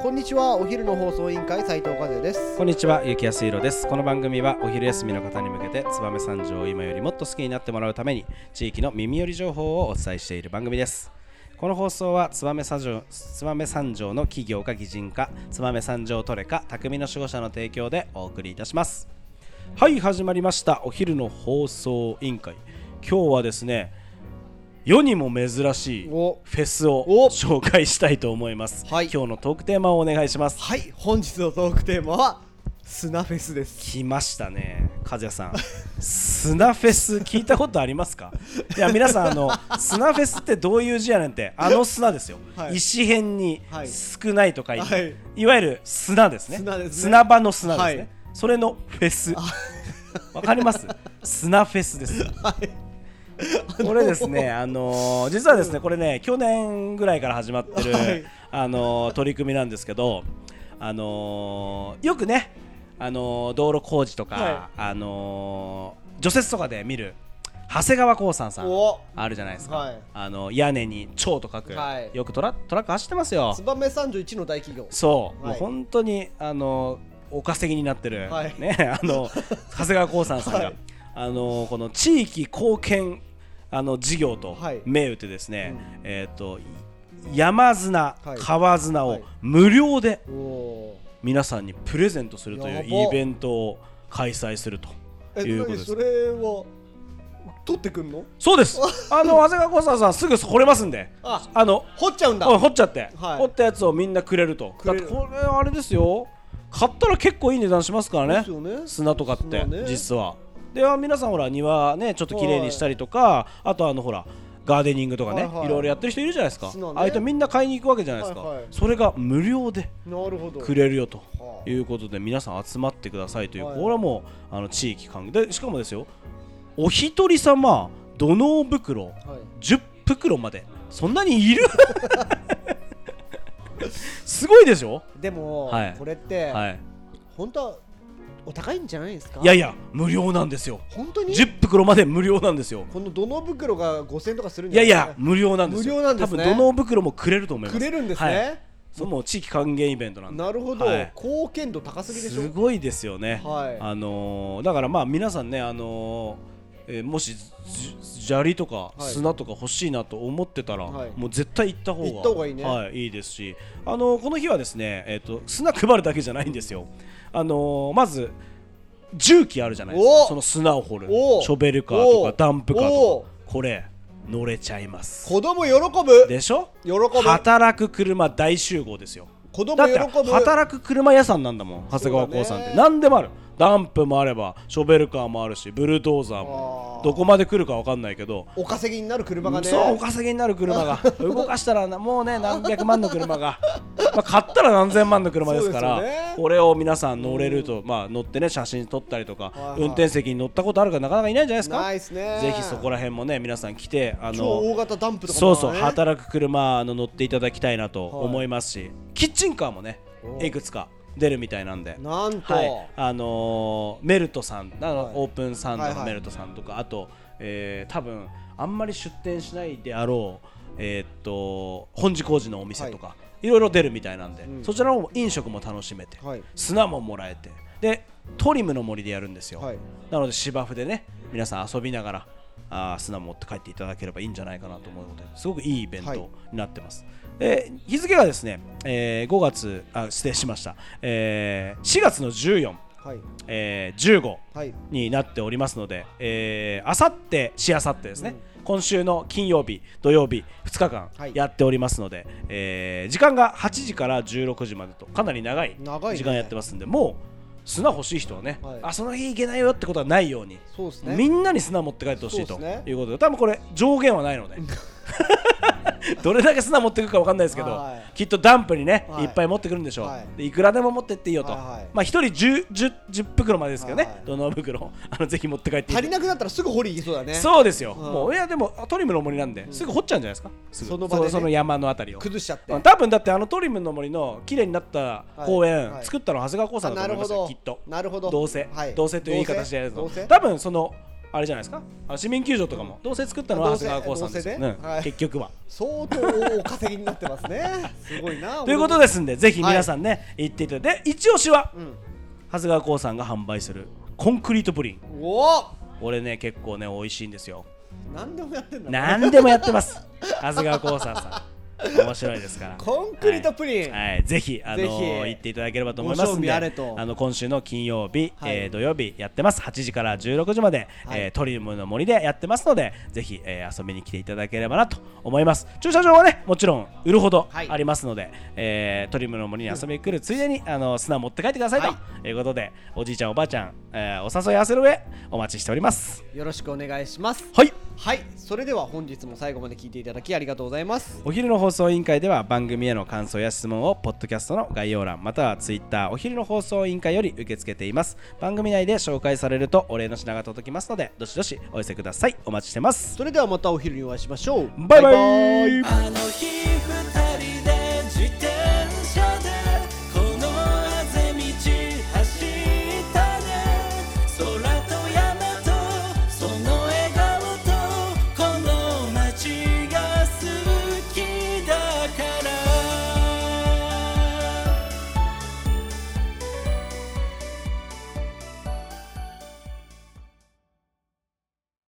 こんにちは。お昼の放送委員会斉藤和也です。 こんにちは、ゆきやすいろです。この番組はお昼休みの方に向けて燕三条を今よりもっと好きになってもらうために地域の耳寄り情報をお伝えしている番組です。この放送は燕三条の企業か擬人か燕三条トレか匠の守護者の提供でお送りいたします。はい、始まりましたお昼の放送委員会。今日はですね、世にも珍しいフェスを紹介したいと思います。今日のトークテーマをお願いします。 はい、本日のトークテーマは砂フェスです。 来ましたね、和也さん。砂フェス聞いたことありますか？いや、皆さん砂フェスってどういう字やねんって、砂ですよ、はい、石辺に少ないと書いて、はい、いわゆる砂ですね。砂場の砂ですね、はい、それのフェスわかります？砂フェスです、はい。これですね、実はですね、これね、去年ぐらいから始まってる、はい、取り組みなんですけど、よくね、道路工事とか、はい、除雪とかで見る長谷川興産さんあるじゃないですか、はい、屋根に蝶と書く、はい、よくトラック走ってますよ。 燕三条一の大企業。 そう、はい、もう本当にお稼ぎになってる、はい、ね、長谷川興産さんが、はい、この地域貢献事業と銘打ってですね、山砂、川砂を無料で皆さんにプレゼントするというイベントを開催するということです。 それは取ってくんの？そうです。長谷川興産さんすぐ掘れますんで、 掘っちゃうんだ。 掘っちゃって、はい、掘ったやつをみんなくれると。だってこれあれですよ、買ったら結構いい値段しますからね、砂とかって、実は。では皆さんほら庭ねちょっと綺麗にしたりとか、はい、あとほらガーデニングとかね、はいはい、いろいろやってる人いるじゃないですか、ああいうとみんな買いに行くわけじゃないですか、はいはい、それが無料でくれるよということで皆さん集まってくださいという、はいはい、これはもう地域関係で、しかもですよ、お一人様土のう袋、はい、10袋まで、そんなにいるすごいでしょ。 でも、はい、これって、はい、本当はお高いんじゃないですか？ いやいや、無料なんですよ。 本当に 10袋まで無料なんですよ。 この土のう袋が5000円とかするんじゃないですか？ いやいや、無料なんですよ。 無料なんですね。 多分土のう袋もくれると思います。 くれるんですね、はい、 その地域還元イベントなんで。なるほど、はい、貢献度高すぎでしょ。 すごいですよね、はい、だからまあ皆さんね、もし砂利とか砂とか欲しいなと思ってたら、はい、もう絶対行った方がいいね、はい、いいですし、この日はですね、砂配るだけじゃないんですよ。まず重機あるじゃないですか、その砂を掘るショベルカーとかダンプカーとか、これ乗れちゃいます。 子供喜ぶでしょ。 喜ぶ。 働く車大集合ですよ。 子供喜ぶ。 だって働く車屋さんなんだもん、長谷川興産って。何でもある。ダンプもあればショベルカーもあるし、ブルドーザーも、どこまで来るか分かんないけど、 お稼ぎになる車がね。 そう、お稼ぎになる車が動かしたらもうね、何百万の車がまあ買ったら何千万の車ですから、これを皆さん乗れると、まあ乗ってね、写真撮ったりとか、運転席に乗ったことあるからなかなかいないんじゃないですか。 ないですね。 ぜひそこら辺もね、皆さん来て、 超大型ダンプとかも、そうそう、働く車乗っていただきたいなと思いますし、キッチンカーもね、いくつか出るみたいなんで、 なんと、 はい、メルトさん、オープンサンドのメルトさんとか、はいはい、あと、多分あんまり出店しないであろう、本地工事のお店とか、はい、いろいろ出るみたいなんで、そちらの飲食も楽しめて、はい、砂ももらえて、でトリムの森でやるんですよ、はい、なので芝生でね、皆さん遊びながら砂持って帰っていただければいいんじゃないかなと思うので、すごくいいイベントになってます、はい。日付がですね、5月失礼しました、4月の14、はい、15になっておりますので、あさってしあさってですね、今週の金曜日土曜日2日間やっておりますので、時間が8時から16時までとかなり長い時間やってますんで、もう砂欲しい人はね、はい、その日行けないよってことはないように、そうですね、みんなに砂持って帰ってほしいということで、多分これ上限はないのでどれだけ砂持ってくるか分かんないですけど、はい、きっとダンプにね、はい、いっぱい持ってくるんでしょう、はい、でいくらでも持ってっていいよと、はいはい、まあ1人 10袋までですけどね、はいはい、どの袋ぜひ持って帰っていい。 足りなくなったらすぐ掘り行きそうだね。 そうですよ、もういやでもトリムの森なんで、すぐ掘っちゃうんじゃないですか、すぐその場で、ね、その山のあたりを崩しちゃって、 多分だってトリムの森の綺麗になった公園、はいはい、作ったの長谷川興産だと思いますよ、きっと。 なるほど。 どうせ、 はい、 どうせという言い方してやると、多分そのあれじゃないですか、市民球場とかもどうせ作ったのは長谷川興産ですよね、はい、結局は相当お稼ぎになってますねすごいなということですんで、ぜひ皆さんね、行っていただいて、一押しは、長谷川興産が販売するコンクリートプリン。俺ね結構ね美味しいんですよ。 何でもやってんだ、 何でもやってます長谷川興産さん面白いですからコンクリートプリン、 はい、ぜひ行っていただければと思いますので、今週の金曜日、土曜日やってます。8時から16時まで、トリムの森でやってますので、ぜひ、遊びに来ていただければなと思います。駐車場はねもちろん売るほどありますので、トリムの森に遊びに来るついでに砂を持って帰ってくださいということで、おじいちゃんおばあちゃん、お誘い合わせの上お待ちしております。 よろしくお願いします。 はいはい、それでは本日も最後まで聞いていただきありがとうございます。 お昼の放送委員会では番組への感想や質問をポッドキャストの概要欄またはツイッターお昼の放送委員会より受け付けています。番組内で紹介されるとお礼の品が届きますので、どしどしお寄せください。お待ちしてます。 それではまたお昼にお会いしましょう。 バイバイ。